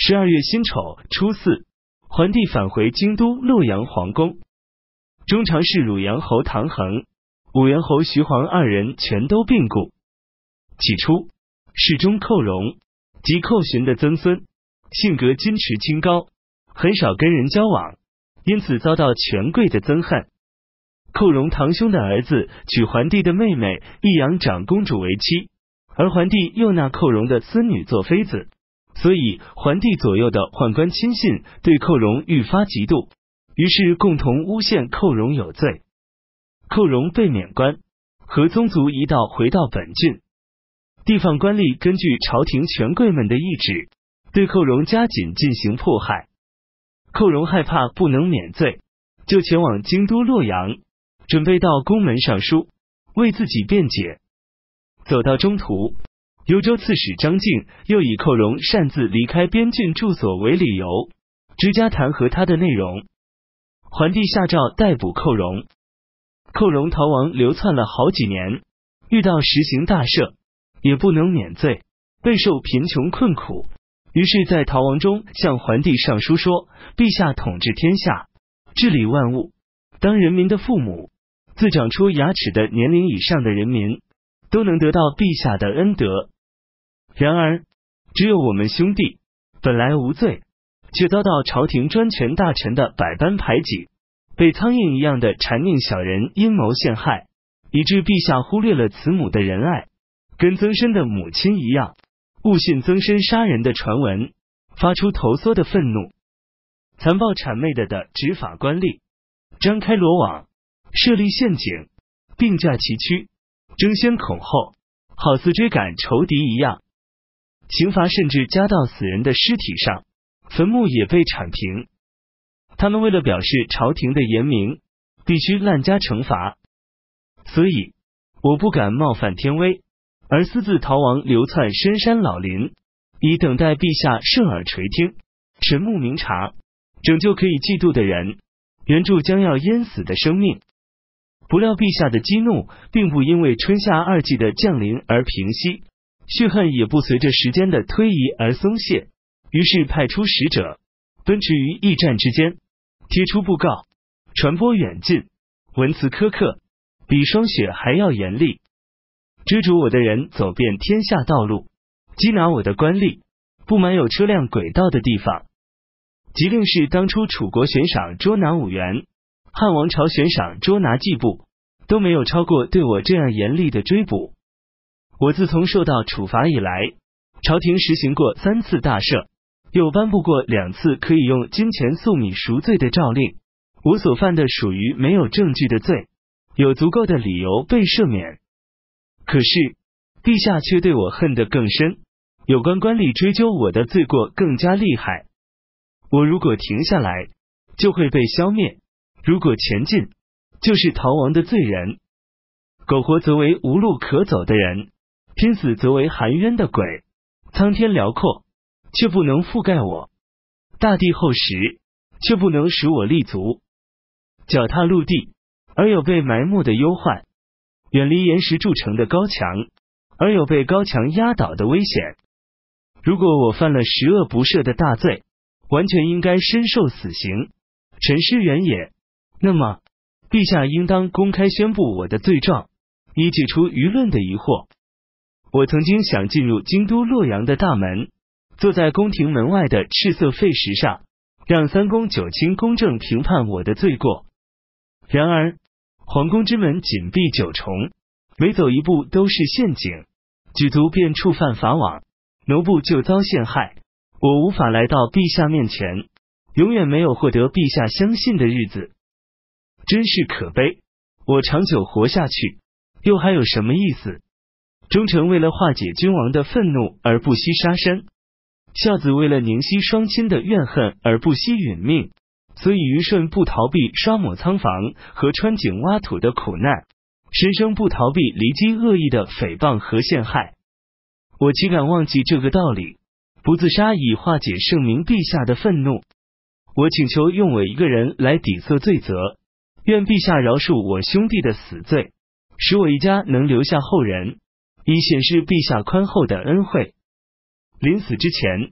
12月辛丑初4，桓帝返回京都洛阳皇宫，中常侍鲁阳侯唐衡、武元侯徐晃二人全都病故。起初，侍中寇荣及寇寻的曾孙，性格矜持清高，很少跟人交往，因此遭到权贵的憎恨。寇荣堂兄的儿子娶桓帝的妹妹益阳长公主为妻，而桓帝又纳寇荣的孙女做妃子，所以桓帝左右的宦官亲信对寇荣愈发嫉妒，于是共同诬陷寇荣有罪。寇荣被免官，和宗族一道回到本郡。地方官吏根据朝廷权贵们的意志，对寇荣加紧进行迫害。寇荣害怕不能免罪，就前往京都洛阳，准备到宫门上书，为自己辩解。走到中途，幽州刺史张敬又以寇荣擅自离开边郡住所为理由，追加弹劾他的内容。桓帝下诏逮捕寇荣。寇荣逃亡流窜了好几年，遇到实行大赦，也不能免罪，备受贫穷困苦。于是在逃亡中向桓帝上书说，陛下统治天下，治理万物，当人民的父母，自长出牙齿的年龄以上的人民都能得到陛下的恩德。然而只有我们兄弟本来无罪，却遭到朝廷专权大臣的百般排挤，被苍蝇一样的谄佞小人阴谋陷害，以致陛下忽略了慈母的仁爱，跟曾参的母亲一样，误信曾参杀人的传闻，发出投缩的愤怒。残暴谄媚的执法官吏张开罗网，设立陷阱，并驾齐驱，争先恐后，好似追赶仇敌一样。刑罚甚至加到死人的尸体上，坟墓也被铲平。他们为了表示朝廷的严明，必须滥加惩罚。所以我不敢冒犯天威，而私自逃亡流窜深山老林，以等待陛下圣耳垂听，神目明察，拯救可以嫉妒的人，援助将要淹死的生命。不料陛下的激怒并不因为春夏二季的降临而平息，血恨也不随着时间的推移而松懈，于是派出使者，奔驰于驿站之间，贴出布告，传播远近，文辞苛刻，比霜雪还要严厉。追逐我的人走遍天下道路，缉拿我的官吏不满有车辆轨道的地方。即令是当初楚国悬赏捉拿5员，汉王朝悬赏捉拿季布，都没有超过对我这样严厉的追捕。我自从受到处罚以来，朝廷实行过3次大赦，又颁布过2次可以用金钱粟米赎罪的诏令。我所犯的属于没有证据的罪，有足够的理由被赦免。可是陛下却对我恨得更深，有关官吏追究我的罪过更加厉害。我如果停下来，就会被消灭；如果前进，就是逃亡的罪人。苟活则为无路可走的人，拼死则为含冤的鬼。苍天辽阔，却不能覆盖我；大地厚实，却不能使我立足。脚踏陆地，而有被埋没的忧患；远离岩石筑成的高墙，而有被高墙压倒的危险。如果我犯了十恶不赦的大罪，完全应该身受死刑，臣师远也。那么陛下应当公开宣布我的罪状，以解除舆论的疑惑。我曾经想进入京都洛阳的大门，坐在宫廷门外的赤色废石上，让3公9卿公正评判我的罪过。然而皇宫之门紧闭9重，每走一步都是陷阱，举足便触犯法网，挪步就遭陷害。我无法来到陛下面前，永远没有获得陛下相信的日子。真是可悲，我长久活下去，又还有什么意思？忠臣为了化解君王的愤怒而不惜杀身，孝子为了宁息双亲的怨恨而不惜殒命，所以虞舜不逃避刷抹仓房和穿井挖土的苦难，申生不逃避离姬恶意的诽谤和陷害。我岂敢忘记这个道理，不自杀以化解圣明陛下的愤怒。我请求用我一个人来抵塞罪责，愿陛下饶恕我兄弟的死罪，使我一家能留下后人，以显示陛下宽厚的恩惠。临死之前，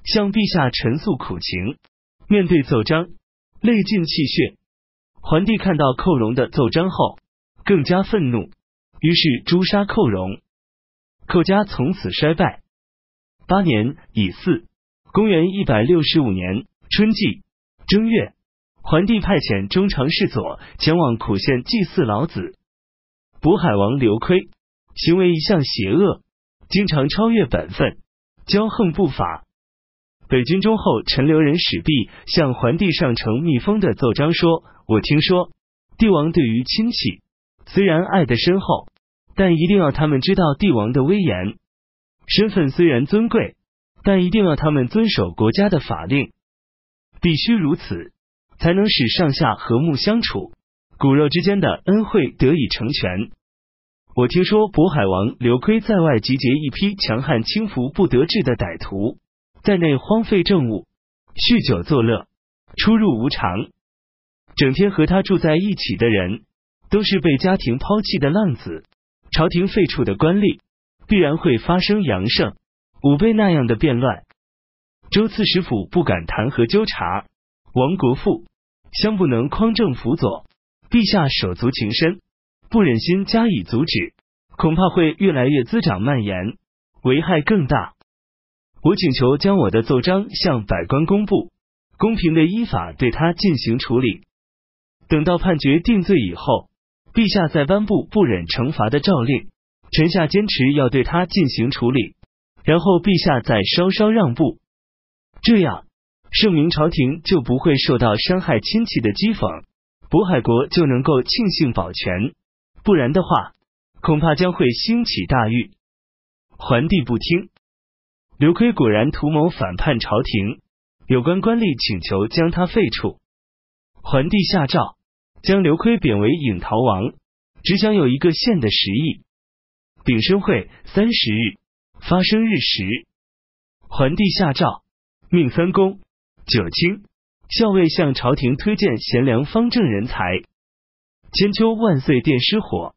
向陛下陈诉苦情。面对奏章，泪尽气血。桓帝看到寇荣的奏章后，更加愤怒，于是诛杀寇荣。寇家从此衰败。8年乙巳，公元165年春季正月，桓帝派遣中常侍左前往苦县祭祀老子。渤海王刘珪行为一向邪恶，经常超越本分，骄横不法。北军忠后陈留人史弼向桓帝上呈密封的奏章说：“我听说帝王对于亲戚虽然爱得深厚，但一定要他们知道帝王的威严，身份虽然尊贵，但一定要他们遵守国家的法令，必须如此，才能使上下和睦相处，骨肉之间的恩惠得以成全。我听说渤海王刘珪在外集结一批强悍轻浮不得志的歹徒，在内荒废政务，酗酒作乐，出入无常。整天和他住在一起的人，都是被家庭抛弃的浪子，朝廷废黜的官吏，必然会发生杨胜、武备那样的变乱。州刺史府不敢弹劾纠察，王国父相不能匡正辅佐，陛下手足情深，不忍心加以阻止，恐怕会越来越滋长蔓延，危害更大。我请求将我的奏章向百官公布，公平的依法对他进行处理。等到判决定罪以后，陛下再颁布不忍惩罚的诏令，臣下坚持要对他进行处理，然后陛下再稍稍让步，这样圣明朝廷就不会受到伤害亲戚的讥讽，渤海国就能够庆幸保全，不然的话，恐怕将会兴起大狱。桓帝不听，刘珪果然图谋反叛朝廷，有关官吏请求将他废黜。桓帝下诏将刘珪贬为颍陶王，只享有1个县的食邑。丙申会30日，发生日时，桓帝下诏命三公、九卿、校尉向朝廷推荐贤良方正人才。千秋万岁殿失火，